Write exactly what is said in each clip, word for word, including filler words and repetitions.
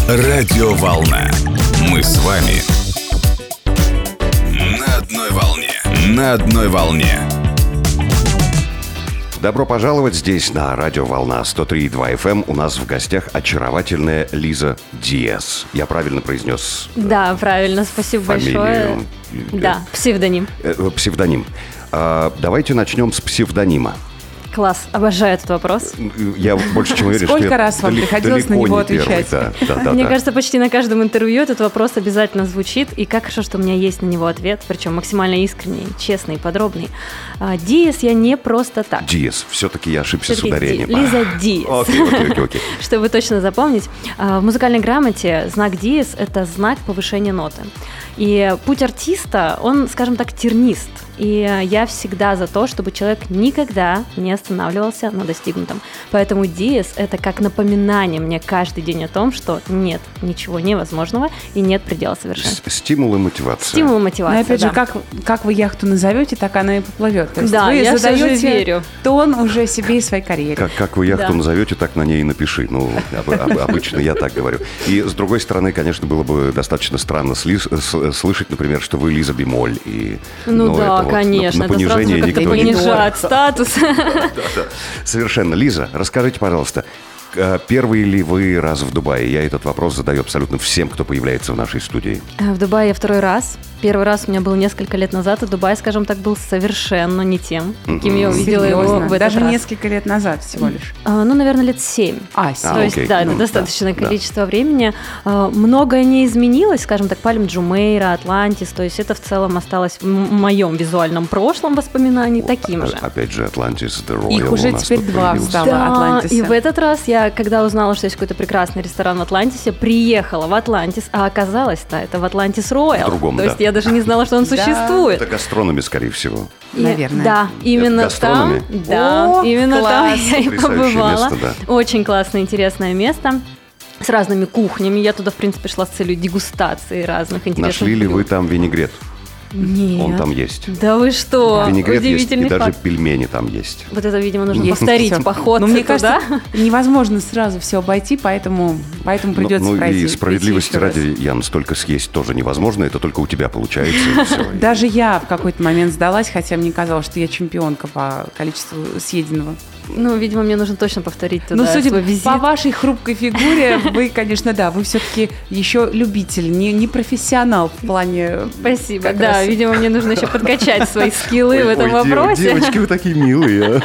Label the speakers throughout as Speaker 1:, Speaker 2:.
Speaker 1: Радиоволна. Мы с вами на одной волне. На одной волне.
Speaker 2: Добро пожаловать здесь на Радио Волна сто три и два эф эм. У нас в гостях очаровательная Лиза Диас. Я правильно произнес?
Speaker 3: Да, правильно. Спасибо
Speaker 2: фамилию.
Speaker 3: большое. Да, псевдоним.
Speaker 2: Э, псевдоним. А, давайте начнем с псевдонима.
Speaker 3: Класс, обожаю этот вопрос.
Speaker 2: Я больше чем уверен, что
Speaker 4: Сколько раз вам приходилось на него отвечать?
Speaker 2: Да, да, да,
Speaker 3: Мне
Speaker 2: да.
Speaker 3: кажется, почти на каждом интервью этот вопрос обязательно звучит. И как хорошо, что у меня есть на него ответ, причем максимально искренний, честный, подробный. Диас я не просто так.
Speaker 2: Диас. Все-таки я ошибся
Speaker 3: Все-таки
Speaker 2: с ударением.
Speaker 3: Ди- Лиза Диас.
Speaker 2: Окей, окей, окей, окей.
Speaker 3: Чтобы точно запомнить, в музыкальной грамоте знак диез – это знак повышения ноты. И путь артиста, он, скажем так, тернист. И я всегда за то, чтобы человек никогда не останавливался на достигнутом. Поэтому диез – это как напоминание мне каждый день о том, что нет ничего невозможного и нет предела совершенства.
Speaker 2: Стимул и мотивация.
Speaker 3: Стимул и мотивация,
Speaker 4: Но опять
Speaker 3: да.
Speaker 4: же, как, как вы яхту назовете, так она и поплывет. То есть
Speaker 3: Да,
Speaker 4: вы
Speaker 3: я
Speaker 4: задаете
Speaker 3: все же верю.
Speaker 4: тон уже себе и своей карьере.
Speaker 2: Как, как вы яхту
Speaker 3: Да.
Speaker 2: назовете, так на ней и напиши. Ну, об- об- обычно я так говорю. И с другой стороны, конечно, было бы достаточно странно сли- с- слышать, например, что вы Лиза бемоль. И,
Speaker 3: Ну да,
Speaker 2: это вот
Speaker 3: конечно,
Speaker 2: на, на
Speaker 3: это сразу
Speaker 2: понижение
Speaker 3: же как-то
Speaker 2: никто не...
Speaker 3: понижает статус.
Speaker 2: Да-да. Совершенно. Лиза, расскажите, пожалуйста, э, первый ли вы раз в Дубае? Я этот вопрос задаю абсолютно всем, кто появляется в нашей студии.
Speaker 3: В Дубае я второй раз. Первый раз у меня был несколько лет назад, и Дубай, скажем так, был совершенно не тем, каким я увидела его
Speaker 4: Серьезно?
Speaker 3: в этот
Speaker 4: Даже
Speaker 3: раз.
Speaker 4: несколько лет назад всего лишь.
Speaker 3: А, Ну, наверное, лет семь.
Speaker 4: А,
Speaker 2: А,
Speaker 4: семь.
Speaker 3: То есть,
Speaker 2: окей.
Speaker 3: да,
Speaker 2: Ну,
Speaker 3: это достаточное
Speaker 2: да, да.
Speaker 3: количество времени. А, Многое не изменилось, скажем так, Пальм Джумейра, Атлантис, то есть это в целом осталось в м- моем визуальном прошлом воспоминаний таким же.
Speaker 2: А- Опять же, Atlantis, The Royal
Speaker 4: Их уже
Speaker 2: у нас
Speaker 4: теперь
Speaker 2: тут
Speaker 4: два
Speaker 2: появился.
Speaker 4: встало.
Speaker 3: Да,
Speaker 4: Атлантиса.
Speaker 3: и в этот раз я, когда узнала, что есть какой-то прекрасный ресторан в Атлантисе, приехала в Атлантис, а оказалось-то это в Атлантис Роял.
Speaker 2: В другом,
Speaker 3: То
Speaker 2: да.
Speaker 3: есть я даже не знала, что он
Speaker 4: Да.
Speaker 3: существует.
Speaker 2: Это гастрономи, скорее всего.
Speaker 3: И-
Speaker 4: Наверное.
Speaker 3: Да, именно
Speaker 2: гастрономи?
Speaker 3: там. Да,
Speaker 4: О,
Speaker 3: именно
Speaker 4: класс.
Speaker 3: там я и
Speaker 2: Потрясающее
Speaker 3: побывала.
Speaker 2: место,
Speaker 3: Очень классное, интересное место. С разными кухнями. Я туда, в принципе, шла с целью дегустации разных интересных
Speaker 2: Нашли ли
Speaker 3: блюд.
Speaker 2: вы там винегрет?
Speaker 3: Нет.
Speaker 2: Он там есть.
Speaker 3: Да вы что?
Speaker 2: Винегрет есть, и
Speaker 3: Удивительный
Speaker 2: даже
Speaker 3: факт.
Speaker 2: пельмени там есть.
Speaker 3: Вот это, видимо, нужно
Speaker 4: Есть
Speaker 3: повторить
Speaker 4: всё.
Speaker 3: поход
Speaker 4: Но мне
Speaker 3: туда.
Speaker 4: кажется, невозможно сразу все обойти, поэтому, поэтому
Speaker 2: Ну,
Speaker 4: придется
Speaker 2: ну
Speaker 4: пройти.
Speaker 2: и справедливости
Speaker 4: прийти еще раз.
Speaker 2: ради, Ян, столько съесть тоже невозможно. Это только у тебя получается. и всё.
Speaker 4: Даже я в какой-то момент сдалась, хотя мне казалось, что я чемпионка по количеству съеденного.
Speaker 3: Ну, видимо, мне нужно точно повторить туда
Speaker 4: Но судя
Speaker 3: свой визит.
Speaker 4: по вашей хрупкой фигуре, вы, конечно, да, вы все-таки еще любитель, не, не профессионал в плане...
Speaker 3: Спасибо.
Speaker 4: как
Speaker 3: Да,
Speaker 4: раз.
Speaker 3: видимо, мне нужно еще подкачать свои скиллы в этом
Speaker 2: Ой, дев-
Speaker 3: вопросе.
Speaker 2: Девочки, вы такие милые.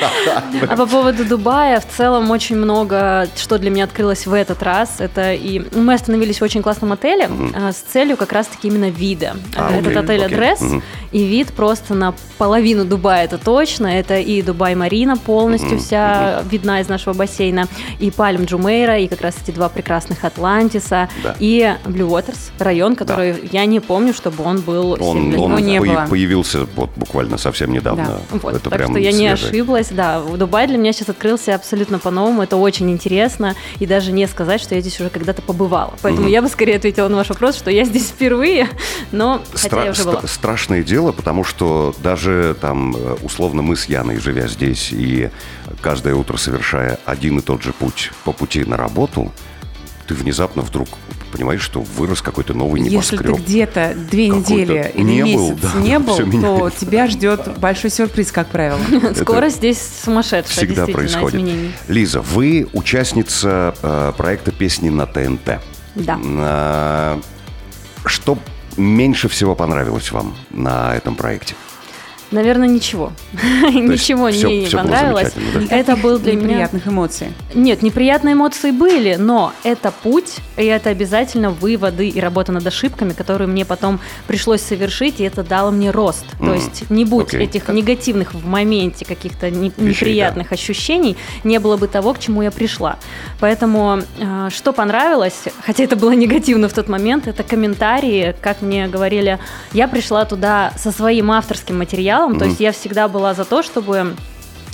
Speaker 3: А по поводу Дубая, в целом очень много, что для меня открылось в этот раз. Это и мы остановились в очень классном отеле а, с целью как раз-таки именно вида.
Speaker 2: А,
Speaker 3: Этот
Speaker 2: окей,
Speaker 3: отель
Speaker 2: окей.
Speaker 3: «Адресс»,
Speaker 2: Мгм.
Speaker 3: и вид просто на половину Дубая, это точно. Это и Дубай-Марина полностью вся видна из нашего бассейна, и Пальм Джумейра, и как раз эти два прекрасных Атлантиса,
Speaker 2: Да.
Speaker 3: и Блю Уотерс, район, который я не помню, чтобы он был
Speaker 2: Он,
Speaker 3: сильно-
Speaker 2: он
Speaker 4: Его не
Speaker 2: появ-
Speaker 4: было.
Speaker 2: появился вот буквально совсем недавно.
Speaker 3: Вот,
Speaker 2: Это
Speaker 3: так
Speaker 2: прям
Speaker 3: что я не
Speaker 2: свежее.
Speaker 3: ошиблась, да. Дубай для меня сейчас открылся абсолютно по-новому, это очень интересно, и даже не сказать, что я здесь уже когда-то побывала. Поэтому я бы скорее ответила на ваш вопрос, что я здесь впервые, но хотя
Speaker 2: Стра-
Speaker 3: я уже была.
Speaker 2: стра- страшное дело, потому что даже там, э, условно, мы с Яной, живя здесь и каждое утро совершая один и тот же путь по пути на работу, ты внезапно вдруг понимаешь, что вырос какой-то новый
Speaker 4: Если ты
Speaker 2: небоскреб.
Speaker 4: где-то две
Speaker 2: Какой-то
Speaker 4: недели или
Speaker 2: не был,
Speaker 4: месяц
Speaker 2: да,
Speaker 4: не был,
Speaker 2: всё
Speaker 4: то
Speaker 2: меняется.
Speaker 4: тебя ждет большой сюрприз, как правило.
Speaker 3: Скоро здесь сумасшедшее
Speaker 2: Всегда
Speaker 3: действительно
Speaker 2: происходит.
Speaker 3: изменение.
Speaker 2: Лиза, вы участница э, проекта «Песни на ТНТ».
Speaker 3: Да.
Speaker 2: А, что меньше всего понравилось вам на этом проекте?
Speaker 3: Наверное, ничего. Ничего
Speaker 2: всё-
Speaker 3: мне не
Speaker 2: всё было
Speaker 3: понравилось.
Speaker 2: замечательно, да?
Speaker 3: Это был для меня...
Speaker 4: Неприятных эмоций.
Speaker 3: Нет, неприятные эмоции были, но это путь, и это обязательно выводы и работа над ошибками, которые мне потом пришлось совершить, и это дало мне рост. То
Speaker 2: Мгм.
Speaker 3: есть не будь
Speaker 2: Окей.
Speaker 3: этих негативных в моменте каких-то не-
Speaker 2: Вещей,
Speaker 3: неприятных ощущений, не было бы того, к чему я пришла. Поэтому э, что понравилось, хотя это было негативно в тот момент, это комментарии, как мне говорили, я пришла туда со своим авторским материалом, то
Speaker 2: Мгм.
Speaker 3: есть я всегда была за то, чтобы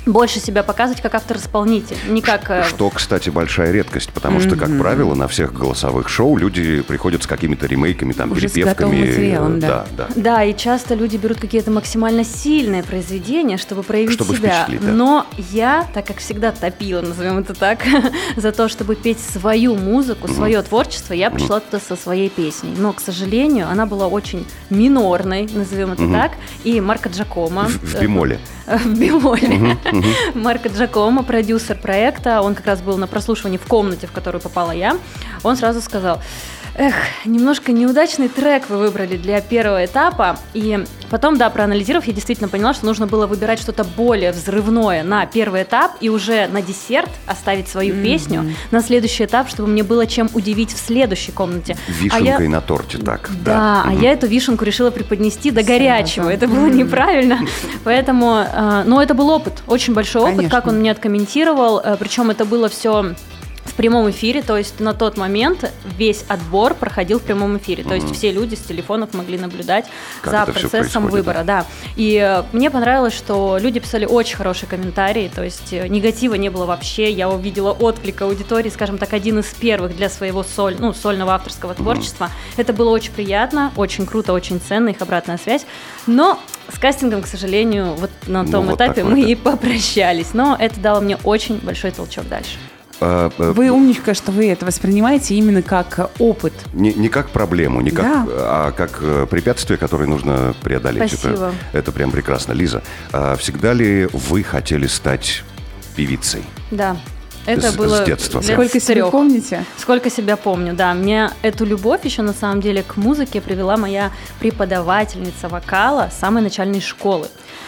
Speaker 3: больше себя показывать как автор-исполнитель, не как... э,
Speaker 2: Что, кстати, большая редкость, потому что, как правило, на всех голосовых шоу люди приходят с какими-то ремейками, там,
Speaker 4: Уже с
Speaker 2: перепевками.
Speaker 4: готовым материалом, да.
Speaker 2: Да, да.
Speaker 3: Да, и часто люди берут какие-то максимально сильные произведения, чтобы проявить
Speaker 2: Чтобы
Speaker 3: себя.
Speaker 2: впечатлить, да.
Speaker 3: Но я, так как всегда топила, назовем это так, за то, чтобы петь свою музыку, свое творчество, я пришла туда со своей песней. Но, к сожалению, она была очень минорной, назовем это так, и Марко Джакомо...
Speaker 2: В, в бемоле.
Speaker 3: В бемоле. Марко Джакомо, продюсер проекта, он как раз был на прослушивании в комнате, в которую попала я, он сразу сказал: эх, немножко неудачный трек вы выбрали для первого этапа. И потом, да, проанализировав, я действительно поняла, что нужно было выбирать что-то более взрывное на первый этап и уже на десерт оставить свою mm-hmm. песню на следующий этап, чтобы мне было чем удивить в следующей комнате.
Speaker 2: Вишенкой
Speaker 3: а я...
Speaker 2: на торте, так.
Speaker 3: Да,
Speaker 2: да.
Speaker 3: а
Speaker 2: Mm-hmm.
Speaker 3: я эту вишенку решила преподнести до горячего.
Speaker 4: Да.
Speaker 3: Это было
Speaker 4: Mm-hmm.
Speaker 3: неправильно. Поэтому, э, но это был опыт, очень большой опыт,
Speaker 4: Конечно.
Speaker 3: как он мне откомментировал. Э, причем это было все... в прямом эфире, то есть на тот момент весь отбор проходил в прямом эфире, то есть
Speaker 2: Мгм.
Speaker 3: все люди с телефонов могли наблюдать
Speaker 2: Как
Speaker 3: за
Speaker 2: это всё
Speaker 3: процессом
Speaker 2: происходит,
Speaker 3: выбора, да. И э, мне понравилось, что люди писали очень хорошие комментарии, то есть э, негатива не было вообще, я увидела отклик аудитории, скажем так, один из первых для своего соль, ну, сольного авторского творчества. Это было очень приятно, очень круто, очень ценно, их обратная связь, но с кастингом, к сожалению, вот на
Speaker 2: Ну,
Speaker 3: том
Speaker 2: вот
Speaker 3: этапе
Speaker 2: такой,
Speaker 3: мы
Speaker 2: да.
Speaker 3: и попрощались, но это дало мне очень большой толчок дальше.
Speaker 2: А, а,
Speaker 4: Вы умничка, что вы это воспринимаете именно как опыт.
Speaker 2: Не, не как проблему, не как,
Speaker 4: Да.
Speaker 2: а как э, препятствие, которое нужно преодолеть.
Speaker 3: Спасибо.
Speaker 2: Это, это прям прекрасно. Лиза, а всегда ли вы хотели стать певицей?
Speaker 3: Да, это
Speaker 2: С-
Speaker 3: было
Speaker 2: с детства
Speaker 3: лет
Speaker 2: прям.
Speaker 4: Сколько
Speaker 3: с
Speaker 4: себе
Speaker 3: трёх.
Speaker 4: помните?
Speaker 3: Сколько себя помню, да. Мне эту любовь еще на самом деле к музыке привела моя преподавательница вокала с самой начальной школы.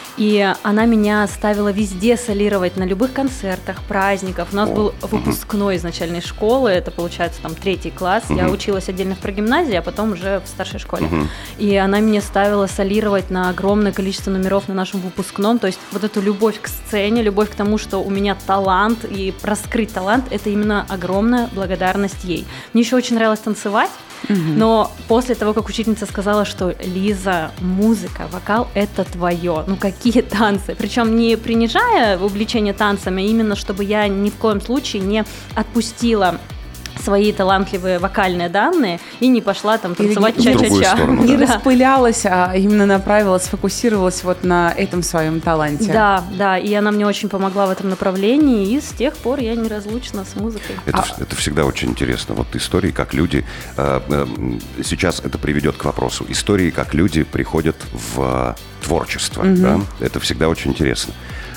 Speaker 3: И она меня ставила везде солировать, на любых концертах, праздниках. У нас
Speaker 2: О,
Speaker 3: был выпускной из начальной школы, это получается там третий класс. Я училась отдельно в прогимназии, а потом уже в старшей школе. И она меня ставила солировать на огромное количество номеров на нашем выпускном. То есть вот эту любовь к сцене, любовь к тому, что у меня талант, и раскрыть талант, это именно огромная благодарность ей. Мне еще очень нравилось танцевать. Но после того, как учительница сказала, что Лиза, музыка, вокал – это твое, ну какие танцы? Причем не принижая увлечение танцами, а именно чтобы я ни в коем случае не отпустила свои талантливые вокальные данные и не пошла там танцевать
Speaker 4: Или не-
Speaker 2: в другую
Speaker 3: ча-ча-ча.
Speaker 2: сторону,
Speaker 4: Не
Speaker 3: Да.
Speaker 4: распылялась, а именно направилась, сфокусировалась вот на этом своем таланте.
Speaker 3: Да, да, и она мне очень помогла в этом направлении, и с тех пор я неразлучна с музыкой.
Speaker 2: Это,
Speaker 4: А-
Speaker 2: вс- это всегда очень интересно. Вот истории, как люди... э, э, сейчас это приведет к вопросу. Истории, как люди приходят в творчество. Да? Это всегда очень интересно.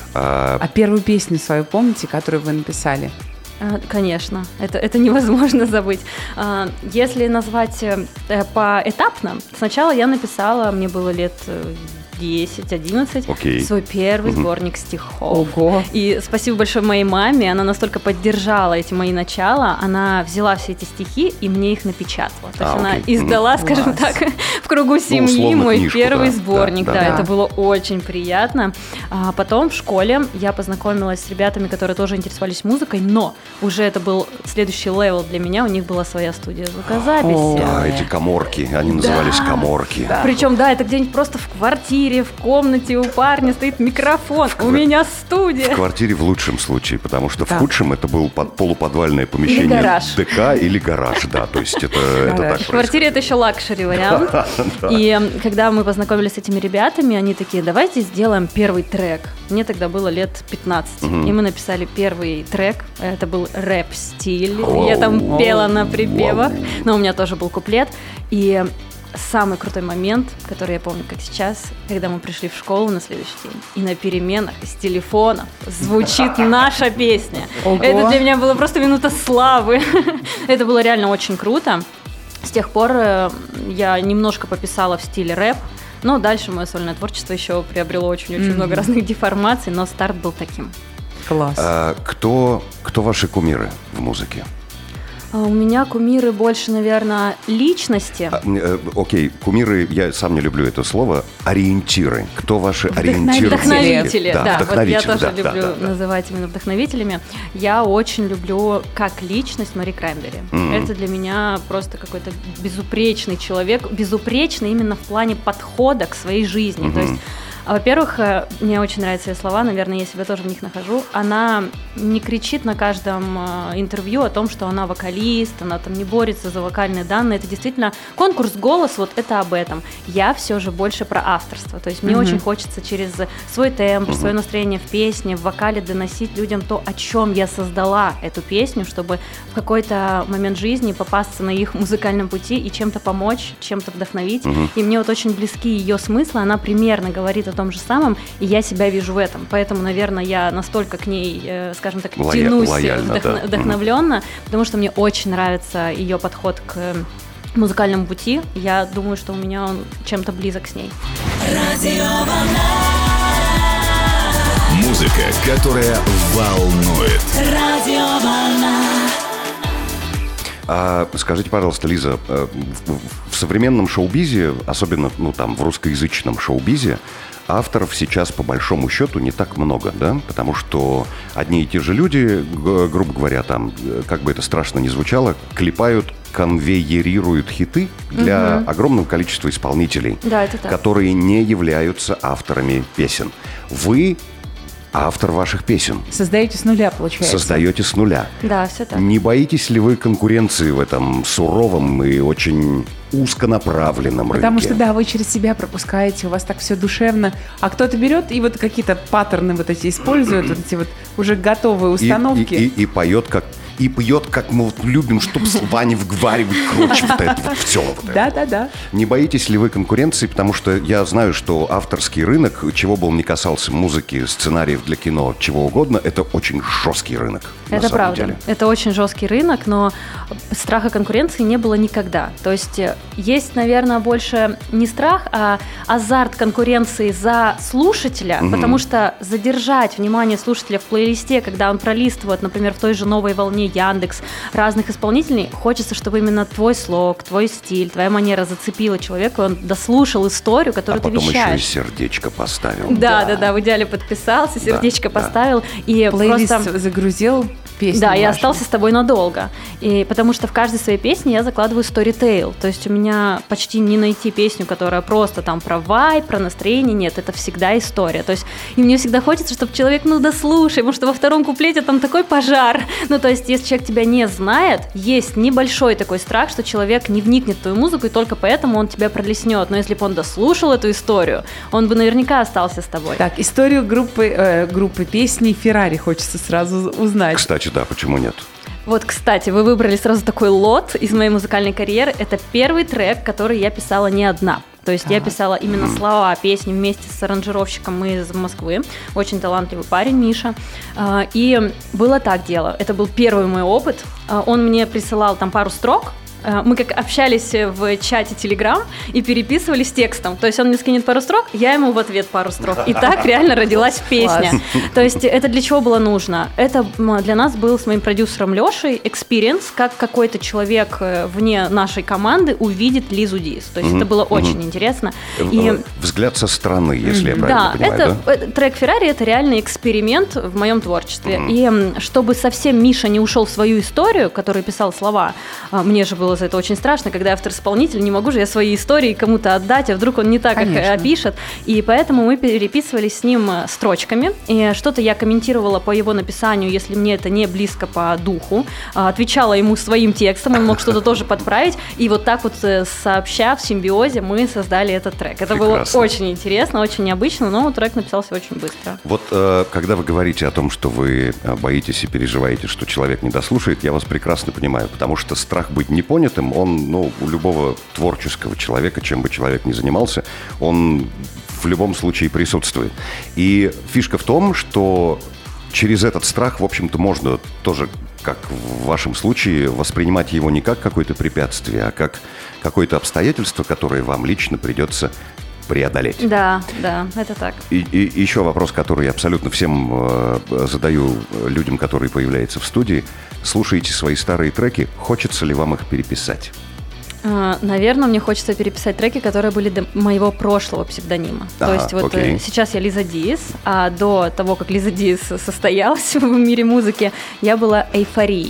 Speaker 2: А,
Speaker 4: А первую песню свою помните, которую вы написали?
Speaker 3: А, Конечно, это, это невозможно забыть. А, Если назвать э, поэтапно, сначала я написала, мне было лет э, десять-одиннадцать,
Speaker 2: Окей.
Speaker 3: свой первый сборник стихов.
Speaker 4: Ого!
Speaker 3: И спасибо большое моей маме, она настолько поддержала эти мои начала, она взяла все эти стихи и мне их напечатала. То есть
Speaker 2: А,
Speaker 3: она
Speaker 2: окей.
Speaker 3: издала,
Speaker 4: Мгм.
Speaker 3: скажем
Speaker 4: Класс.
Speaker 3: так, в кругу семьи
Speaker 2: условно,
Speaker 3: мой
Speaker 2: книжку,
Speaker 3: первый
Speaker 2: да,
Speaker 3: сборник.
Speaker 2: да,
Speaker 3: Да,
Speaker 2: да,
Speaker 3: это
Speaker 4: да.
Speaker 3: было очень приятно. А потом в школе я познакомилась с ребятами, которые тоже интересовались музыкой, но уже это был следующий левел для меня, у них была своя студия звукозаписи.
Speaker 2: да, эти каморки, они назывались каморки.
Speaker 3: Причем, да, это где-нибудь просто в квартире, в комнате у парня стоит микрофон, у
Speaker 2: квар-
Speaker 3: меня
Speaker 2: В
Speaker 3: студия.
Speaker 2: квартире в лучшем случае, потому что
Speaker 4: Да.
Speaker 2: в худшем это был под- полуподвальное помещение
Speaker 3: гараж.
Speaker 2: ДК или гараж, да, то есть это, это
Speaker 4: Гараж.
Speaker 2: так
Speaker 3: В квартире это еще лакшери вариант. И м, когда мы познакомились с этими ребятами, они такие: давайте сделаем первый трек. Мне тогда было лет пятнадцать. И мы написали первый трек. Это был рэп-стиль. Я там пела на припевах, но у меня тоже был куплет. И самый крутой момент, который я помню как сейчас, когда мы пришли в школу на следующий день, и на переменах из телефонов звучит наша песня.
Speaker 4: Ого.
Speaker 3: Это для меня была просто минута славы. Это было реально очень круто. С тех пор э, я немножко пописала в стиле рэп, но дальше мое сольное творчество еще приобрело очень-очень много разных деформаций, но старт был таким.
Speaker 4: Класс.
Speaker 2: А, кто, кто ваши кумиры в музыке?
Speaker 3: А у меня кумиры больше, наверное, личности.
Speaker 2: А, э, окей, кумиры, я сам не люблю это слово, ориентиры. Кто ваши ориентиры? в музыке?
Speaker 3: Вдохновители,
Speaker 2: Да,
Speaker 3: да, вот я
Speaker 2: вдохновители,
Speaker 3: тоже
Speaker 2: да,
Speaker 3: люблю
Speaker 2: да, да, да.
Speaker 3: называть именно вдохновителями. Я очень люблю как личность Мари Краймбери.
Speaker 2: Мгм.
Speaker 3: Это для меня просто какой-то безупречный человек, безупречный именно в плане подхода к своей жизни. То есть Во-первых, мне очень нравятся ее слова, наверное, я себя тоже в них нахожу. Она не кричит на каждом интервью о том, что она вокалист, она там не борется за вокальные данные. Это действительно конкурс «Голос», вот это об этом. Я все же больше про авторство. То есть мне mm-hmm. очень хочется через свой тембр, mm-hmm. свое настроение в песне, в вокале доносить людям то, о чем я создала эту песню, чтобы в какой-то момент жизни попасться на их музыкальном пути и чем-то помочь, чем-то вдохновить. Mm-hmm. И мне вот очень близки ее смыслы. Она примерно говорит о том же самом, и я себя вижу в этом. Поэтому, наверное, я настолько к ней, э, скажем так, Лоя- тянусь вдохно- да. вдохновленно, mm-hmm. потому что мне очень нравится ее подход к музыкальному пути. Я думаю, что у меня он чем-то близок с ней.
Speaker 1: Музыка, которая волнует.
Speaker 2: А скажите, пожалуйста, Лиза, в, в современном шоу-бизе, особенно ну, там, в русскоязычном шоу-бизе, авторов сейчас по большому счету не так много, да? Потому что одни и те же люди, грубо говоря, там, как бы это страшно ни звучало, клепают, конвейерируют хиты для угу. огромного количества исполнителей,
Speaker 3: да, это так.
Speaker 2: которые не являются авторами песен. Вы автор ваших песен.
Speaker 4: Создаете с нуля, получается.
Speaker 2: Создаете с нуля.
Speaker 3: Да, все так.
Speaker 2: Не боитесь ли вы конкуренции в этом суровом и очень узконаправленном рынке?
Speaker 4: Потому что, да, вы через себя пропускаете, у вас так все душевно. А кто-то берет и вот какие-то паттерны вот эти использует, вот эти вот уже готовые установки.
Speaker 2: И, и, и, и поет как... И пьет, как мы вот любим, чтобы слова не вговаривать, короче, вот это вот все. Вот
Speaker 4: да, да, да.
Speaker 2: Не боитесь ли вы конкуренции? Потому что я знаю, что авторский рынок, чего бы он ни касался, музыки, сценариев для кино, чего угодно, это очень жесткий рынок.
Speaker 3: Это правда. Деле. Это очень жесткий рынок, но страха конкуренции не было никогда. То есть есть, наверное, больше не страх, а азарт конкуренции за слушателя, угу. потому что задержать внимание слушателя в плейлисте, когда он пролистывает, например, в той же «Новой волне», Яндекс, разных исполнителей, хочется, чтобы именно твой слог, твой стиль, твоя манера зацепила человека, и он дослушал историю, которую
Speaker 2: а
Speaker 3: ты вещаешь.
Speaker 2: А потом еще и сердечко поставил.
Speaker 3: Да, да, да, да, в идеале подписался, сердечко да, поставил.
Speaker 2: Да.
Speaker 3: И
Speaker 4: плейлист
Speaker 3: просто
Speaker 4: загрузил песню.
Speaker 3: Да,
Speaker 4: вашу.
Speaker 3: И остался с тобой надолго. И потому что в каждой своей песне я закладываю сторитейл. То есть у меня почти не найти песню, которая просто там про вайб, про настроение. Нет, это всегда история. То есть и мне всегда хочется, чтобы человек, ну да слушай, потому что во втором куплете там такой пожар. Ну то есть если человек тебя не знает, есть небольшой такой страх, что человек не вникнет в твою музыку, и только поэтому он тебя пролеснет. Но если бы он дослушал эту историю, он бы наверняка остался с тобой.
Speaker 4: Так, историю группы, э, группы песни «Феррари» хочется сразу узнать.
Speaker 2: Кстати, да, почему нет?
Speaker 3: Вот, кстати, вы выбрали сразу такой лот из моей музыкальной карьеры. Это первый трек, который я писала не одна. То есть а, я писала именно слова песни вместе с аранжировщиком из Москвы. Очень талантливый парень, Миша. И было так дело. Это был первый мой опыт. Он мне присылал там пару строк. Мы как общались в чате Telegram и переписывались текстом. То есть он мне скинет пару строк, я ему в ответ пару строк. И так реально родилась песня. То есть это для чего было нужно? Это для нас был с моим продюсером Лешей экспириенс, как какой-то человек вне нашей команды увидит Лизу Дис. То есть mm-hmm. это было очень mm-hmm. интересно. И...
Speaker 2: Взгляд со стороны, если mm-hmm. я правильно
Speaker 3: да,
Speaker 2: понимаю.
Speaker 3: Это, да, трек «Феррари» — это реальный эксперимент в моем творчестве. Mm-hmm. И чтобы совсем Миша не ушел в свою историю, которую писал слова, мне же было за это очень страшно, когда я автор-исполнитель, не могу же я свои истории кому-то отдать, а вдруг он не так, Конечно. Как опишет. И поэтому мы переписывались с ним строчками, и что-то я комментировала по его написанию, если мне это не близко по духу, отвечала ему своим текстом, он мог что-то тоже подправить, и вот так вот сообща в симбиозе мы создали этот трек. Это Прекрасно. Было очень интересно, очень необычно, но трек написался очень быстро.
Speaker 2: Вот когда вы говорите о том, что вы боитесь и переживаете, что человек не дослушает, я вас прекрасно понимаю, потому что страх быть не понятым, он, ну, у любого творческого человека, чем бы человек ни занимался, он в любом случае присутствует. И фишка в том, что через этот страх, в общем-то, можно тоже, как в вашем случае, воспринимать его не как какое-то препятствие, а как какое-то обстоятельство, которое вам лично придется преодолеть.
Speaker 3: Да, да, это так.
Speaker 2: И, и еще вопрос, который я абсолютно всем э, задаю людям, которые появляются в студии. Слушаете свои старые треки, хочется ли вам их переписать?
Speaker 3: Наверное, мне хочется переписать треки, которые были до моего прошлого псевдонима.
Speaker 2: А,
Speaker 3: То есть вот
Speaker 2: окей.
Speaker 3: сейчас я Лиза Дис, а до того, как Лиза Дис состоялась в мире музыки, я была Эйфорией.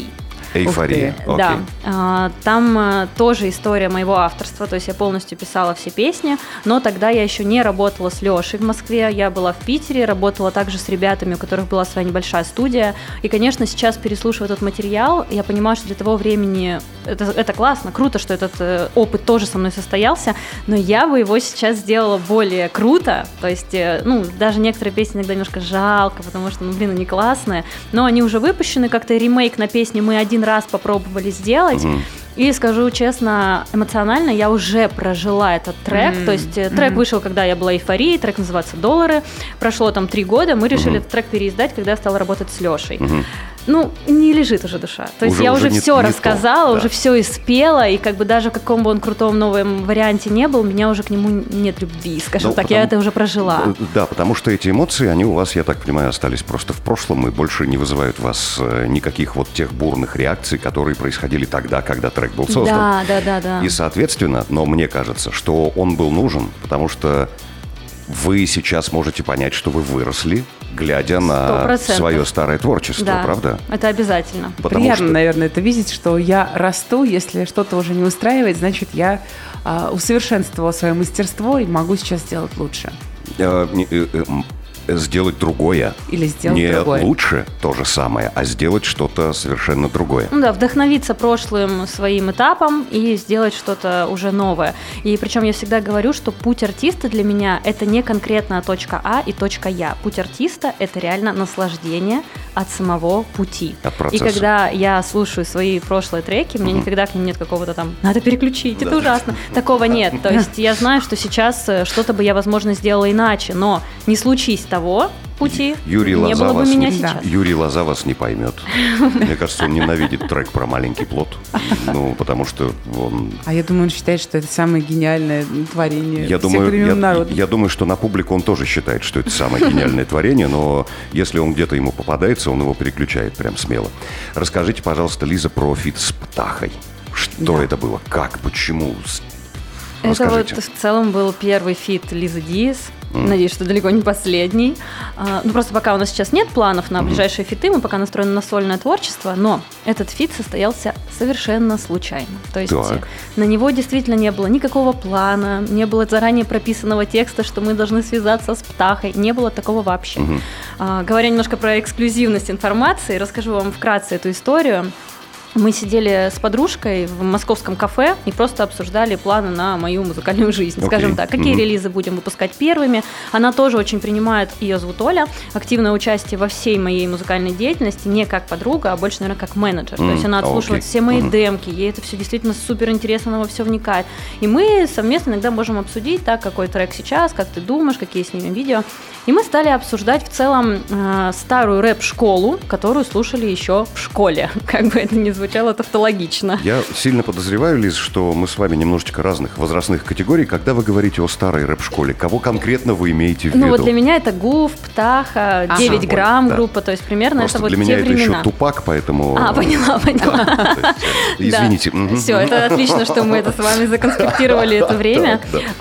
Speaker 2: Эйфория.
Speaker 3: Okay. Да. А, там а, тоже история моего авторства, то есть я полностью писала все песни, но тогда я еще не работала с Лешей в Москве, я была в Питере, работала также с ребятами, у которых была своя небольшая студия, и, конечно, сейчас, переслушивая этот материал, я понимаю, что для того времени это, это классно, круто, что этот э, опыт тоже со мной состоялся, но я бы его сейчас сделала более круто, то есть, э, ну, даже некоторые песни иногда немножко жалко, потому что, ну, блин, они классные, но они уже выпущены, как-то ремейк на песни мы один раз попробовали сделать. Mm-hmm. И скажу честно, эмоционально я уже прожила этот трек. Mm-hmm. То есть трек mm-hmm. вышел, когда я была эйфорией, трек называется «Доллары». Прошло там три года, мы решили mm-hmm. этот трек переиздать, когда я стала работать с Лешей. Mm-hmm. Ну, не лежит уже душа. То есть уже, я уже, уже все не, рассказала, не то, уже да. все испела, и как бы даже в каком бы он крутом новом варианте не был, у меня уже к нему нет любви, скажем ну, так, потому, я это уже прожила.
Speaker 2: Да, потому что эти эмоции, они у вас, я так понимаю, остались просто в прошлом и больше не вызывают у вас никаких вот тех бурных реакций, которые происходили тогда, когда трек был создан.
Speaker 3: Да, да, да, да.
Speaker 2: И, соответственно, но мне кажется, что он был нужен, потому что вы сейчас можете понять, что вы выросли, глядя на сто процентов свое старое творчество,
Speaker 3: да,
Speaker 2: правда?
Speaker 3: Это обязательно.
Speaker 4: Потому Приятно, что... наверное, это видеть, что я расту, если что-то уже не устраивает, значит, я э, усовершенствовала свое мастерство и могу сейчас сделать лучше.
Speaker 2: Э, э, э, сделать другое.
Speaker 4: Или сделать
Speaker 2: не
Speaker 4: другое.
Speaker 2: Не лучше то же самое, а сделать что-то совершенно другое.
Speaker 3: Ну да, вдохновиться прошлым своим этапом и сделать что-то уже новое. И причем я всегда говорю, что путь артиста для меня – это не конкретно точка А и точка Я. Путь артиста – это реально наслаждение от самого пути.
Speaker 2: От процесса.
Speaker 3: И когда я слушаю свои прошлые треки, у меня угу. никогда к ним нет какого-то там «надо переключить, да. это ужасно». Такого нет. То есть я знаю, что сейчас что-то бы я, возможно, сделала иначе, но не случись того пути,
Speaker 2: Юрий
Speaker 3: не
Speaker 2: Лоза
Speaker 3: было бы
Speaker 2: вас
Speaker 3: меня
Speaker 2: не,
Speaker 3: сейчас.
Speaker 2: Юрий Лоза вас не поймет. Мне кажется, он ненавидит трек про маленький плод. Ну, потому что он...
Speaker 4: А я думаю, он считает, что это самое гениальное творение
Speaker 2: я
Speaker 4: всех
Speaker 2: думаю,
Speaker 4: времен
Speaker 2: я,
Speaker 4: народа.
Speaker 2: Я думаю, что на публику он тоже считает, что это самое гениальное творение, но если он где-то ему попадается, он его переключает прям смело. Расскажите, пожалуйста, Лиза, про фит с Птахой. Что да. это было? Как? Почему? Расскажите.
Speaker 3: Это вот в целом был первый фит Лизы Диас. Mm. Надеюсь, что далеко не последний. А, ну, просто пока у нас сейчас нет планов на ближайшие mm. фиты, мы пока настроены на сольное творчество, но этот фит состоялся совершенно случайно. То есть так. на него действительно не было никакого плана, не было заранее прописанного текста, что мы должны связаться с Птахой, не было такого вообще. Mm-hmm. А, говоря немножко про эксклюзивность информации, расскажу вам вкратце эту историю. Мы сидели с подружкой в московском кафе и просто обсуждали планы на мою музыкальную жизнь. Okay. Скажем так, какие mm-hmm. релизы будем выпускать первыми. Она тоже очень принимает, ее зовут Оля, активное участие во всей моей музыкальной деятельности, не как подруга, а больше, наверное, как менеджер. Mm-hmm. То есть она отслушивает okay. все мои mm-hmm. демки, ей это все действительно супер интересно, она во все вникает. И мы совместно иногда можем обсудить, так, какой трек сейчас, как ты думаешь, какие снимем видео. И мы стали обсуждать в целом э, старую рэп-школу, которую слушали еще в школе. Как бы это ни звучало тавтологично.
Speaker 2: Я сильно подозреваю, Лиз, что мы с вами немножечко разных возрастных категорий. Когда вы говорите о старой рэп-школе, кого конкретно вы имеете в виду?
Speaker 3: Ну вот для меня это Гуф, Птаха, девять ага, грамм да. группа, то есть примерно
Speaker 2: просто
Speaker 3: это вот
Speaker 2: те
Speaker 3: времена.
Speaker 2: для меня это еще Тупак, поэтому...
Speaker 3: А, поняла, поняла.
Speaker 2: Извините.
Speaker 3: Все, это отлично, что мы это с вами законспектировали это время.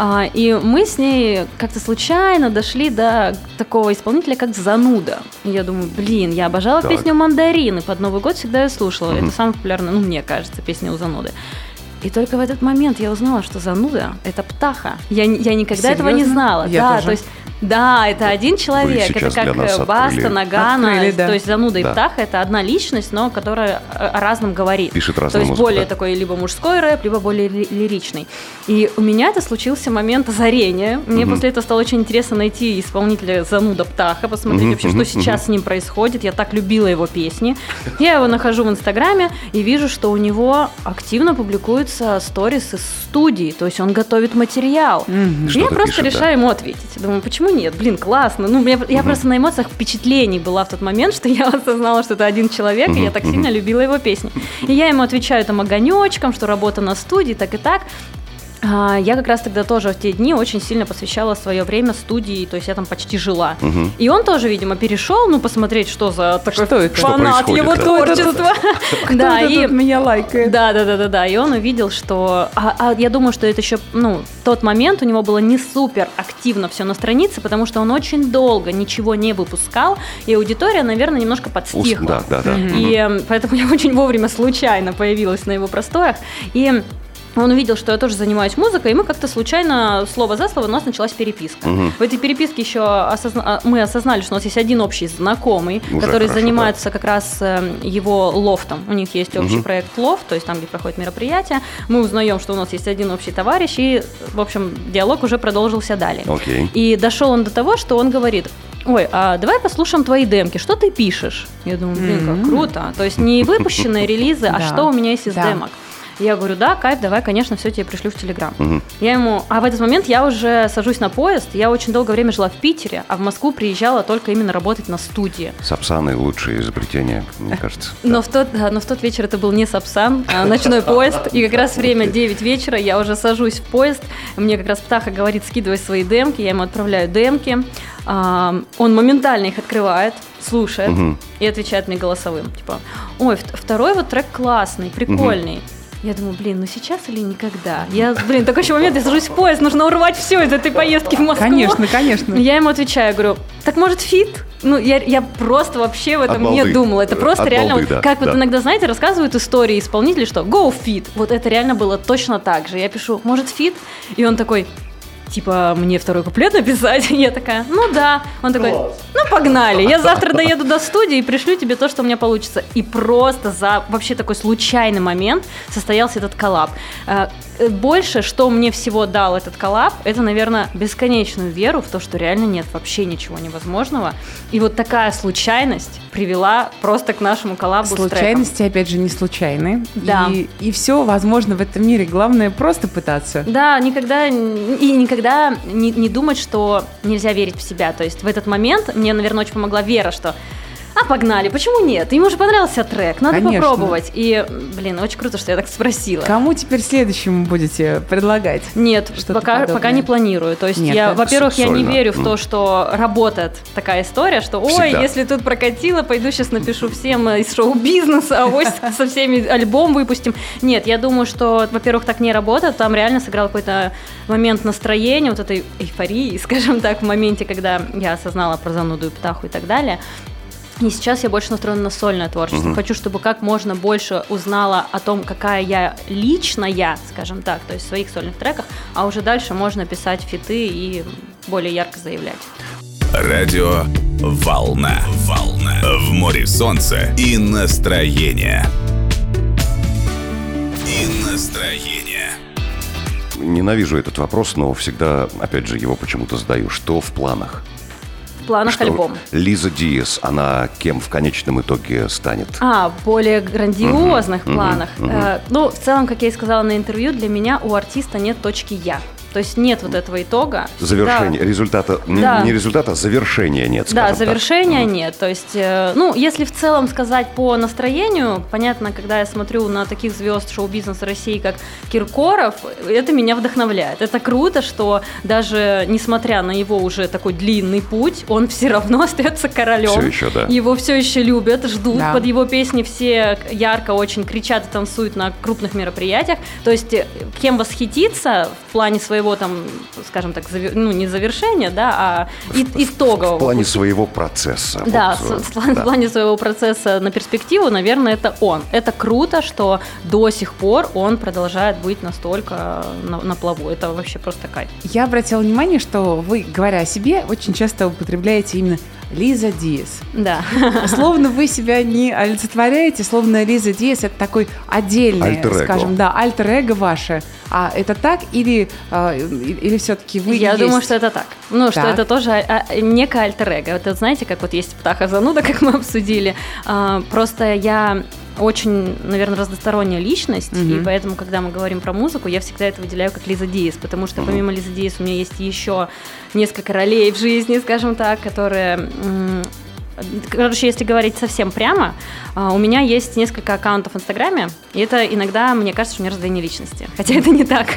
Speaker 3: И мы с ней как-то случайно дошли до такого исполнителя, как Зануда. И я думаю, блин, я обожала так. песню «Мандарин», и под Новый год всегда ее слушала. Mm-hmm. Это самая популярная, ну, мне кажется, песня у Зануды. И только в этот момент я узнала, что Зануда – это Птаха. Я, я никогда Серьезно? этого не знала.
Speaker 4: Я
Speaker 3: да,
Speaker 4: тоже.
Speaker 3: То есть, да, это один человек. Это как Баста, Нагана.
Speaker 4: Открыли, да.
Speaker 3: То есть Зануда
Speaker 2: да.
Speaker 3: и Птаха – это одна личность, но которая о разном говорит.
Speaker 2: Пишет разную
Speaker 3: То есть
Speaker 2: музыку,
Speaker 3: более
Speaker 2: да. такой
Speaker 3: либо мужской рэп, либо более ли- лиричный. И у меня это случился момент озарения. Мне mm-hmm. после этого стало очень интересно найти исполнителя Зануда Птаха, посмотреть mm-hmm. вообще, что mm-hmm. сейчас mm-hmm. с ним происходит. Я так любила его песни. Я его нахожу в Инстаграме и вижу, что у него активно публикуются сторис из студии, то есть он готовит материал. Mm-hmm. И я просто пишет, решаю да. ему ответить. Думаю, почему нет? Блин, классно. Ну, я, я mm-hmm. просто на эмоциях впечатлений была в тот момент, что я осознала, что это один человек, mm-hmm. и я так mm-hmm. сильно любила его песни. И я ему отвечаю там огонечком, что работа на студии, так и так. А, я как раз тогда тоже в те дни очень сильно посвящала свое время студии, то есть я там почти жила. Угу. И он тоже, видимо, перешел, ну, посмотреть, что за такой
Speaker 4: что это?
Speaker 3: фанат его
Speaker 2: да?
Speaker 3: творчества.
Speaker 4: Да, и меня лайкает.
Speaker 3: Да, да, да, да, да. И он увидел, что. А, а я думаю, что это еще, ну, тот момент у него было не супер активно все на странице, потому что он очень долго ничего не выпускал, и аудитория, наверное, немножко подстихла.
Speaker 2: Да, да, да.
Speaker 3: И угу. поэтому я очень вовремя случайно появилась на его простоях. И он увидел, что я тоже занимаюсь музыкой, и мы как-то случайно, слово за слово, у нас началась переписка. Угу. В этой переписке еще осозна... мы осознали, что у нас есть один общий знакомый, уже который хорошо, занимается да. как раз его лофтом. У них есть общий угу. проект «Лофт», то есть там, где проходят мероприятия. Мы узнаем, что у нас есть один общий товарищ, и, в общем, диалог уже продолжился далее.
Speaker 2: Окей.
Speaker 3: И дошел он до того, что он говорит: ой, а давай послушаем твои демки, что ты пишешь? Я думаю, блин, как mm-hmm. круто. То есть не выпущенные релизы, а что у меня есть из демок. Я говорю, да, кайф, давай, конечно, все тебе пришлю в Телеграм. Угу. Я ему, а в этот момент я уже сажусь на поезд, я очень долгое время жила в Питере, а в Москву приезжала только именно работать на студии.
Speaker 2: Сапсаны — лучшее изобретение, мне кажется.
Speaker 3: Но в тот, да, но в тот вечер это был не Сапсан, а ночной поезд, и как раз время девять вечера, я уже сажусь в поезд, мне как раз Птаха говорит, скидывай свои демки, я ему отправляю демки, он моментально их открывает, слушает угу. и отвечает мне голосовым, типа, ой, второй вот трек классный, прикольный. Угу. Я думаю, блин, ну сейчас или никогда? Я, блин, такой еще момент, я сажусь в поезд, нужно урвать все из этой поездки в Москву.
Speaker 4: Конечно, конечно.
Speaker 3: Я ему отвечаю, говорю, так может фит? Ну, я, я просто вообще в этом не думала. Это просто От реально, балды, да, как да. вот иногда, знаете, рассказывают истории исполнителей, что go fit. Вот это реально было точно так же. Я пишу, может фит? И он такой, типа, мне второй куплет написать? И я такая, ну да. Он такой, ну погнали, я завтра доеду до студии и пришлю тебе то, что у меня получится. И просто за вообще такой случайный момент состоялся этот коллаб. Больше, что мне всего дал этот коллаб, это, наверное, бесконечную веру в то, что реально нет вообще ничего невозможного. И вот такая случайность привела просто к нашему коллабу с треком.
Speaker 4: Случайности, опять же, не случайны.
Speaker 3: Да.
Speaker 4: И, и все возможно в этом мире. Главное просто пытаться.
Speaker 3: Да, никогда и никогда не, не думать, что нельзя верить в себя. То есть в этот момент мне, наверное, очень помогла вера, что а, погнали, почему нет? Ему же понравился трек, надо Конечно. попробовать. И, блин, очень круто, что я так спросила.
Speaker 4: Кому теперь следующему будете предлагать?
Speaker 3: Нет, пока, пока не планирую. То есть, нет, я, во-первых, я не верю в то, что работает такая история, что, ой, Всегда. если тут прокатило, пойду сейчас напишу всем из шоу-бизнеса, а ось со всеми альбом выпустим. Нет, я думаю, что, во-первых, так не работает. Там реально сыграл какой-то момент настроения, вот этой эйфории, скажем так, в моменте, когда я осознала про зануду и Птаху и так далее. И сейчас я больше настроена на сольное творчество. Uh-huh. Хочу, чтобы как можно больше узнала о том, какая я личная, скажем так, то есть в своих сольных треках, а уже дальше можно писать фиты и более ярко заявлять.
Speaker 1: Радио «Волна». Волна. В море солнца и настроение. И настроение.
Speaker 2: Ненавижу этот вопрос, но всегда, опять же, его почему-то задаю. Что в планах?
Speaker 3: В планах
Speaker 2: что
Speaker 3: альбом.
Speaker 2: Лиза Диас, она кем в конечном итоге станет?
Speaker 3: А, в более грандиозных uh-huh, планах. Uh-huh, uh-huh. Э, ну, в целом, как я и сказала на интервью, для меня у артиста нет точки «я». То есть нет вот этого итога.
Speaker 2: Завершения, да. результата, да. не результата, а завершения нет,
Speaker 3: Да,
Speaker 2: так.
Speaker 3: завершения mm. нет. То есть, э, ну, если в целом сказать по настроению, понятно, когда я смотрю на таких звезд шоу-бизнеса России, как Киркоров, это меня вдохновляет. Это круто, что даже несмотря на его уже такой длинный путь, он все равно остается королем.
Speaker 2: Все еще, да.
Speaker 3: Его все еще любят, ждут.
Speaker 4: Да.
Speaker 3: Под его песни все ярко очень кричат и танцуют на крупных мероприятиях. То есть, кем восхититься в плане своего там, скажем так, завер... ну, не завершения, да, а и- итогового.
Speaker 2: В плане
Speaker 3: пути.
Speaker 2: своего процесса.
Speaker 3: Да,
Speaker 2: вот,
Speaker 3: в, в, да. в плане своего процесса на перспективу, наверное, это он. Это круто, что до сих пор он продолжает быть настолько на, на плаву. Это вообще просто кайф.
Speaker 4: Я обратила внимание, что вы, говоря о себе, очень часто употребляете именно Лиза Диас.
Speaker 3: Да.
Speaker 4: Словно вы себя не олицетворяете, словно Лиза Диас — это такой отдельный,
Speaker 2: альтер-эго.
Speaker 4: скажем, да, альтер-эго ваше. А это так или, или все-таки вы
Speaker 3: Я
Speaker 4: есть?
Speaker 3: думаю, что это так. Ну, так. что это тоже а, а, некое альтер-эго. Это, знаете, как вот есть Птаха Зануда, как мы обсудили. А, просто я очень, наверное, разносторонняя личность, mm-hmm. и поэтому, когда мы говорим про музыку, я всегда это выделяю как Лиза Диас, потому что mm-hmm. помимо Лизы Диас у меня есть еще несколько ролей в жизни, скажем так, которые м- Короче, если говорить совсем прямо, у меня есть несколько аккаунтов в Инстаграме, и это иногда, мне кажется, что у меня раздвоение личности. Хотя это не так.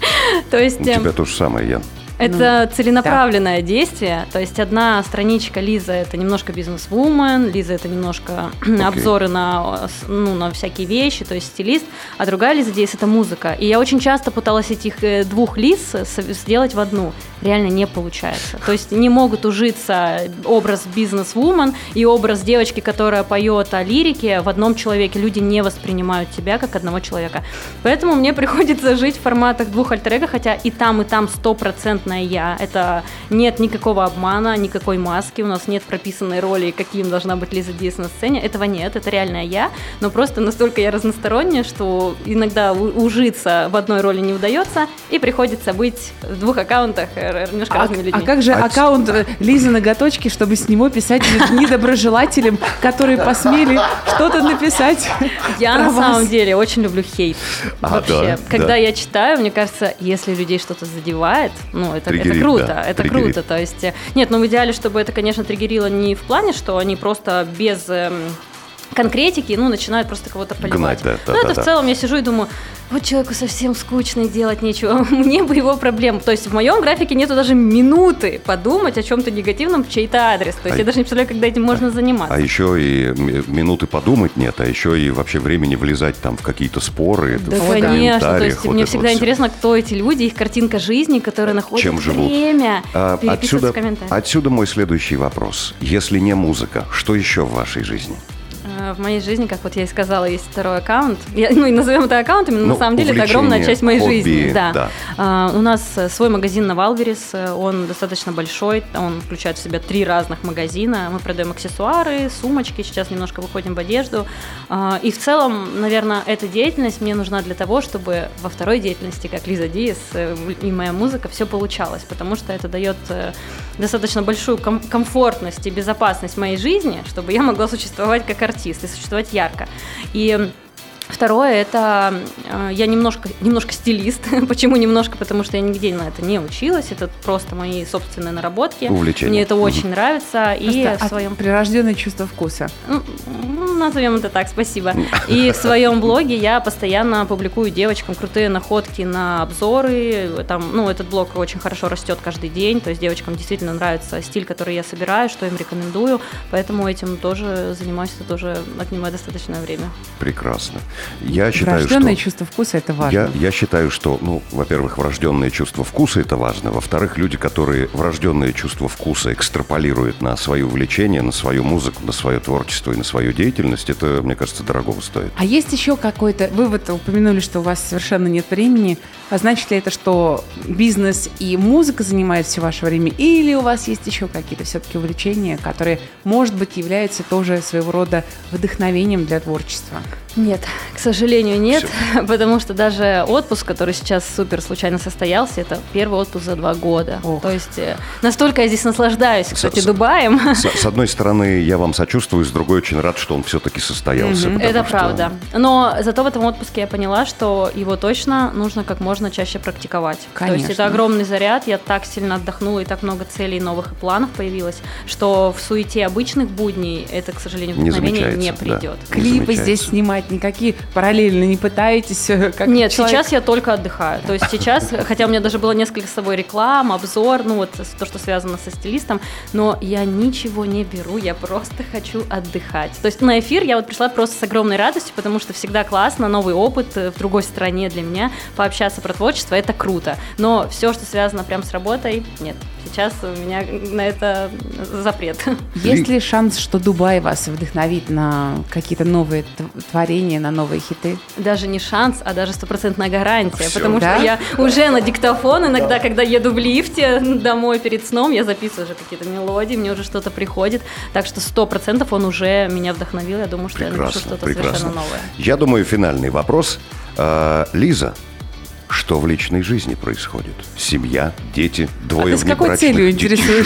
Speaker 3: То есть...
Speaker 2: У тебя то же самое, Ян.
Speaker 3: Это ну, целенаправленное да. действие. То есть одна страничка Лиза – это немножко бизнес-вумен, Лиза – это немножко okay. обзоры на, ну, на всякие вещи, то есть стилист, а другая Лиза Диас – это музыка. И я очень часто пыталась этих двух Лиз сделать в одну. Реально не получается. То есть не могут ужиться образ бизнес-вумен и образ девочки, которая поет о лирике в одном человеке. Люди не воспринимают тебя как одного человека. Поэтому мне приходится жить в форматах двух альтер-эго, хотя и там, и там сто процентов я. Это нет никакого обмана, никакой маски, у нас нет прописанной роли, каким должна быть Лиза Диас на сцене. Этого нет, это реальная я, но просто настолько я разносторонняя, что иногда ужиться в одной роли не удается, и приходится быть в двух аккаунтах немножко
Speaker 4: а,
Speaker 3: разными людьми.
Speaker 4: А как же а аккаунт Лизы Ноготочки, чтобы с него писать недоброжелателям, которые посмели что-то написать?
Speaker 3: Я на самом деле очень люблю хейт.
Speaker 2: А,
Speaker 3: вообще.
Speaker 2: Да,
Speaker 3: Когда
Speaker 2: да.
Speaker 3: я читаю, мне кажется, если людей что-то задевает, ну, это,
Speaker 2: Триггерит,
Speaker 3: это круто,
Speaker 2: да,
Speaker 3: это
Speaker 2: триггерит.
Speaker 3: круто. То есть, нет, ну в идеале, чтобы это, конечно, триггерило не в плане, что они просто без эм, конкретики, ну, начинают просто кого-то поливать.
Speaker 2: Гнать, да, да,
Speaker 3: ну,
Speaker 2: да,
Speaker 3: это
Speaker 2: да.
Speaker 3: в целом я сижу и думаю, вот человеку совсем скучно и делать нечего, мне бы его проблем. То есть в моем графике нету даже минуты подумать о чем-то негативном в чей-то адрес. То есть
Speaker 2: а,
Speaker 3: я даже не представляю, когда этим можно заниматься.
Speaker 2: А еще и минуты подумать нет, а еще и вообще времени влезать там в какие-то споры.
Speaker 3: Да,
Speaker 2: в
Speaker 3: конечно. То есть
Speaker 2: вот
Speaker 3: мне всегда
Speaker 2: вот
Speaker 3: интересно, кто эти люди, их картинка жизни, которые находят
Speaker 2: Чем живут?
Speaker 3: время
Speaker 2: а,
Speaker 3: переписываться
Speaker 2: отсюда,
Speaker 3: в комментариях.
Speaker 2: отсюда мой следующий вопрос. Если не музыка, что еще в вашей жизни?
Speaker 3: В моей жизни, как вот я и сказала, есть второй аккаунт. Я, ну и назовем это аккаунтом, но
Speaker 2: ну,
Speaker 3: на самом деле это огромная часть моей
Speaker 2: хобби,
Speaker 3: жизни. Да.
Speaker 2: Да.
Speaker 3: А, у нас свой магазин на Валберес, он достаточно большой, он включает в себя три разных магазина. Мы продаем аксессуары, сумочки, сейчас немножко выходим в одежду. А, и в целом, наверное, эта деятельность мне нужна для того, чтобы во второй деятельности, как Лиза Диас и моя музыка, все получалось, потому что это дает достаточно большую ком- комфортность и безопасность моей жизни, чтобы я могла существовать как артист и существовать ярко. И второе, это э, я немножко, немножко стилист. Почему немножко? Потому что я нигде на это не училась. Это просто мои собственные наработки.
Speaker 2: Увлечение.
Speaker 3: Мне это очень mm-hmm. нравится.
Speaker 4: Просто
Speaker 3: и в своем...
Speaker 4: прирожденное чувство вкуса.
Speaker 3: Ну, назовем это так, спасибо. И в своем блоге я постоянно публикую девочкам крутые находки на обзоры. Там, ну, этот блог очень хорошо растет каждый день. То есть девочкам действительно нравится стиль, который я собираю, что им рекомендую. Поэтому этим тоже занимаюсь, это тоже отнимает достаточное время.
Speaker 2: Прекрасно. Я считаю,
Speaker 4: врожденное
Speaker 2: что...
Speaker 4: чувство вкуса – это важно.
Speaker 2: Я, я считаю, что, ну, во-первых, врожденное чувство вкуса – это важно. Во-вторых, люди, которые врожденное чувство вкуса экстраполируют на свое увлечение, на свою музыку, на свое творчество и на свою деятельность, это, мне кажется, дорогого стоит.
Speaker 4: А есть еще какой-то... Вы вот упомянули, что у вас совершенно нет времени. А значит ли это, что бизнес и музыка занимают все ваше время? Или у вас есть еще какие-то все-таки увлечения, которые, может быть, являются тоже своего рода вдохновением для творчества?
Speaker 3: Нет, к сожалению, нет,
Speaker 2: Все.
Speaker 3: Потому что даже отпуск, который сейчас супер случайно состоялся, это первый отпуск за два года.
Speaker 4: Ох.
Speaker 3: То есть настолько я здесь наслаждаюсь, кстати,
Speaker 2: С,
Speaker 3: Дубаем.
Speaker 2: С, с одной стороны, я вам сочувствую, с другой очень рад, что он все-таки состоялся.
Speaker 3: Mm-hmm. Это
Speaker 2: что...
Speaker 3: правда. Но зато в этом отпуске я поняла, что его точно нужно как можно чаще практиковать.
Speaker 4: Конечно.
Speaker 3: То есть это огромный заряд, я так сильно отдохнула, и так много целей, новых планов появилось, что в суете обычных будней это, к сожалению, вдохновение не, не придет.
Speaker 2: Да,
Speaker 4: Клипы здесь снимать никакие параллельно не пытаетесь? Как
Speaker 3: Нет,
Speaker 4: человек...
Speaker 3: сейчас я только отдыхаю. То есть сейчас, хотя у меня даже было несколько с собой реклам, обзор, ну вот то, что связано со стилистом, но я ничего не беру, я просто хочу отдыхать. То есть на эфир я вот пришла просто с огромной радостью, потому что всегда классно, новый опыт в другой стране для меня, пообщаться про творчество, это круто. Но все, что связано прям с работой, нет. Сейчас у меня на это запрет.
Speaker 4: Есть ли шанс, что Дубай вас вдохновит на какие-то новые творения, на новые хиты?
Speaker 3: Даже не шанс, а даже стопроцентная гарантия.
Speaker 2: Всё,
Speaker 3: потому
Speaker 4: да?
Speaker 3: что я уже на диктофон, иногда, когда еду в лифте домой перед сном, я записываю уже какие-то мелодии, мне уже что-то приходит. Так что сто процентов он уже меня вдохновил. Я думаю, что
Speaker 2: Прекрасно,
Speaker 3: я напишу что-то
Speaker 2: прекрасно.
Speaker 3: совершенно новое.
Speaker 2: Я думаю, финальный вопрос. А, Лиза, что в личной жизни происходит? Семья, дети, двое
Speaker 4: А ты с какой
Speaker 2: внебрачных
Speaker 4: целью
Speaker 2: детей.
Speaker 4: интересуешься?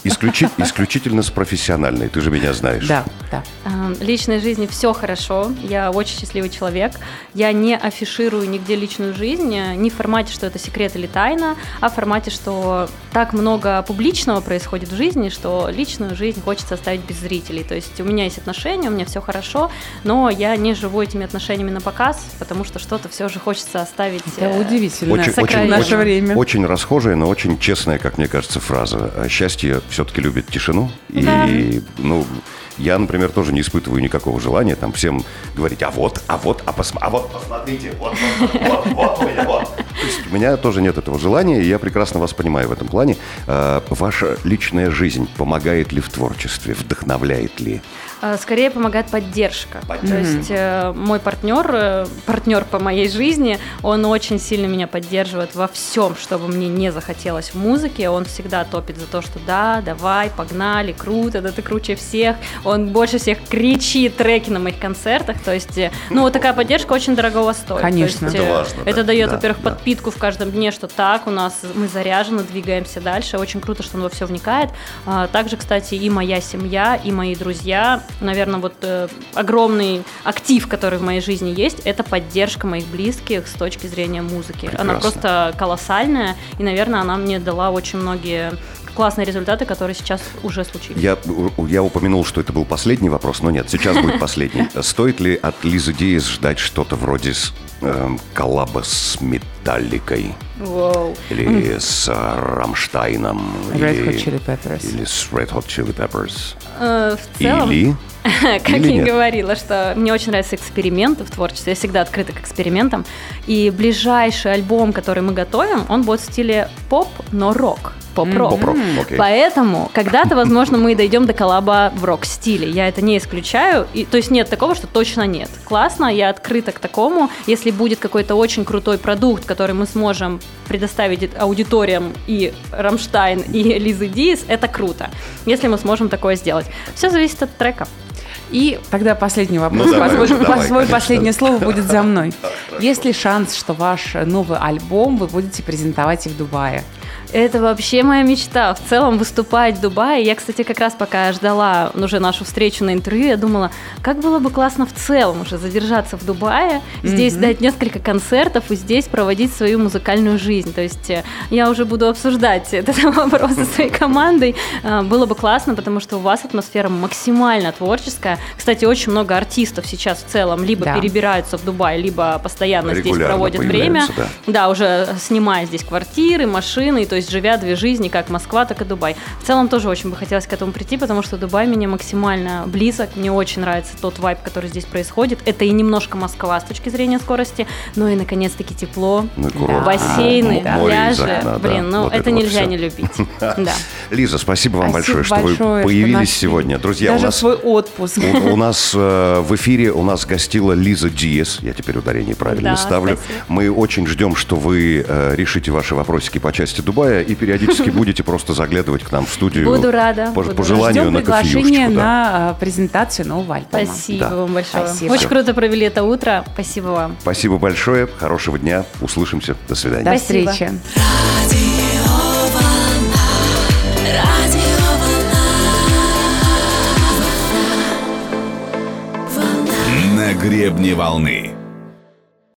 Speaker 2: исключи- исключительно с профессиональной, ты же меня знаешь.
Speaker 4: Да, да.
Speaker 3: В личной жизни все хорошо, я очень счастливый человек, я не афиширую нигде личную жизнь, не в формате, что это секрет или тайна, а в формате, что так много публичного происходит в жизни, что личную жизнь хочется оставить без зрителей. То есть у меня есть отношения, у меня все хорошо, но я не живу этими отношениями на показ, потому что что-то все же хочется оставить.
Speaker 4: Это удивительно.
Speaker 2: Очень,
Speaker 3: очень,
Speaker 4: в наше
Speaker 2: очень,
Speaker 4: время.
Speaker 2: Очень расхожая, но очень честная, как мне кажется, фраза. Счастье все-таки любит тишину.
Speaker 3: Да.
Speaker 2: И, ну, я, например, тоже не испытываю никакого желания там всем говорить, а вот, а вот, а, посма- а вот, посмотрите, вот, вот, вот, вот, вот, вот. То есть у меня тоже нет этого желания, и я прекрасно вас понимаю в этом плане. А, ваша личная жизнь помогает ли в творчестве, вдохновляет ли?
Speaker 3: Скорее помогает поддержка.
Speaker 2: Поддержка.
Speaker 3: То есть э, мой партнер, э, партнер по моей жизни, он очень сильно меня поддерживает во всем, что бы мне не захотелось в музыке. Он всегда топит за то, что да, давай, погнали, круто, да ты круче всех. Он больше всех кричит треки на моих концертах. То есть, э, ну вот такая поддержка очень дорогого стоит.
Speaker 4: Конечно.
Speaker 3: То есть,
Speaker 2: Это
Speaker 3: э,
Speaker 2: важно,
Speaker 3: это
Speaker 2: да.
Speaker 3: дает,
Speaker 2: Да,
Speaker 3: во-первых,
Speaker 2: да.
Speaker 3: подпитку в каждом дне, что так, у нас мы заряжены, двигаемся дальше. Очень круто, что он во все вникает. А, также, кстати, и моя семья, и мои друзья. Наверное, вот э, огромный актив, который в моей жизни есть, это поддержка моих близких с точки зрения музыки.
Speaker 2: Прекрасно.
Speaker 3: Она просто колоссальная, и, наверное, она мне дала очень многие классные результаты, которые сейчас уже случились.
Speaker 2: Я, я упомянул, что это был последний вопрос, но нет, сейчас будет последний. Стоит ли от Лизы Диас ждать что-то вроде с, эм, коллаба с Металликой?
Speaker 3: Воу.
Speaker 2: Или с э, Рамштайном?
Speaker 4: Red
Speaker 2: или,
Speaker 4: Hot Chili Peppers.
Speaker 2: Или с Red Hot Chili Peppers?
Speaker 3: Э, в целом,
Speaker 2: Или...
Speaker 3: как
Speaker 2: Или
Speaker 3: я и
Speaker 2: нет?
Speaker 3: говорила, что мне очень нравятся эксперименты в творчестве, я всегда открыта к экспериментам, и ближайший альбом, который мы готовим, он будет в стиле поп, но рок. Поп-рок.
Speaker 2: Поп-рок, окей.
Speaker 3: Поэтому когда-то, возможно, мы дойдем до коллаба в рок-стиле. Я это не исключаю. И, то есть нет такого, что точно нет. Классно, я открыта к такому. Если будет какой-то очень крутой продукт, который мы сможем предоставить аудиториям и Рамштайн, и Лизы Диас, это круто. Если мы сможем такое сделать. Все зависит от трека.
Speaker 4: И тогда последний вопрос.
Speaker 2: Ну, давай,
Speaker 4: Позволь-
Speaker 2: давай,
Speaker 4: Свой
Speaker 2: конечно.
Speaker 4: последнее слово будет за мной. Есть ли шанс, что ваш новый альбом вы будете презентовать и в Дубае?
Speaker 3: Это вообще моя мечта. В целом выступать в Дубае. Я, кстати, как раз пока ждала уже нашу встречу на интервью, я думала, как было бы классно в целом уже задержаться в Дубае, здесь дать несколько концертов и здесь проводить свою музыкальную жизнь. То есть э, я уже буду обсуждать этот вопрос со своей командой. Э, Было бы классно, потому что у вас атмосфера максимально творческая. Кстати, очень много артистов сейчас в целом либо
Speaker 4: Да.
Speaker 3: перебираются в Дубай, либо постоянно здесь
Speaker 2: Регулярно
Speaker 3: проводят время.
Speaker 2: появляются, да.
Speaker 3: Да, уже снимая здесь квартиры, машины, то есть живя две жизни, как Москва, так и Дубай. В целом тоже очень бы хотелось к этому прийти, потому что Дубай мне максимально близок, мне очень нравится тот вайб, который здесь происходит. Это и немножко Москва с точки зрения скорости, но и наконец-таки тепло,
Speaker 2: Ну, курорт.
Speaker 3: бассейны,
Speaker 2: А, море из
Speaker 3: пляжи.
Speaker 2: окна, да.
Speaker 3: Блин, ну
Speaker 2: Вот
Speaker 3: это,
Speaker 2: это вот
Speaker 3: нельзя
Speaker 2: всё.
Speaker 3: не любить. Да.
Speaker 2: Лиза, спасибо вам
Speaker 4: Спасибо
Speaker 2: большое, что
Speaker 4: большое,
Speaker 2: вы
Speaker 4: что
Speaker 2: появились
Speaker 4: нашли
Speaker 2: сегодня. Друзья,
Speaker 4: Даже
Speaker 2: у нас...
Speaker 4: свой отпуск.
Speaker 2: У, у нас э, в эфире у нас гостила Лиза Диас. Я теперь ударение правильно
Speaker 3: Да,
Speaker 2: ставлю.
Speaker 3: спасибо.
Speaker 2: Мы очень ждем, что вы э, решите ваши вопросики по части Дубая и периодически будете просто заглядывать к нам в студию.
Speaker 3: Буду рада,
Speaker 2: По,
Speaker 3: буду
Speaker 2: по
Speaker 3: рада.
Speaker 2: желанию
Speaker 4: Ждем
Speaker 2: на
Speaker 4: приглашение
Speaker 2: кофеюшечку. Да.
Speaker 4: на а, презентацию нового альбома.
Speaker 3: Спасибо
Speaker 2: Да.
Speaker 3: вам большое.
Speaker 4: Спасибо.
Speaker 3: Очень круто провели это утро. Спасибо вам.
Speaker 2: Спасибо большое. Хорошего дня. Услышимся. До свидания.
Speaker 4: До
Speaker 3: Спасибо.
Speaker 4: встречи.
Speaker 1: На гребне волны.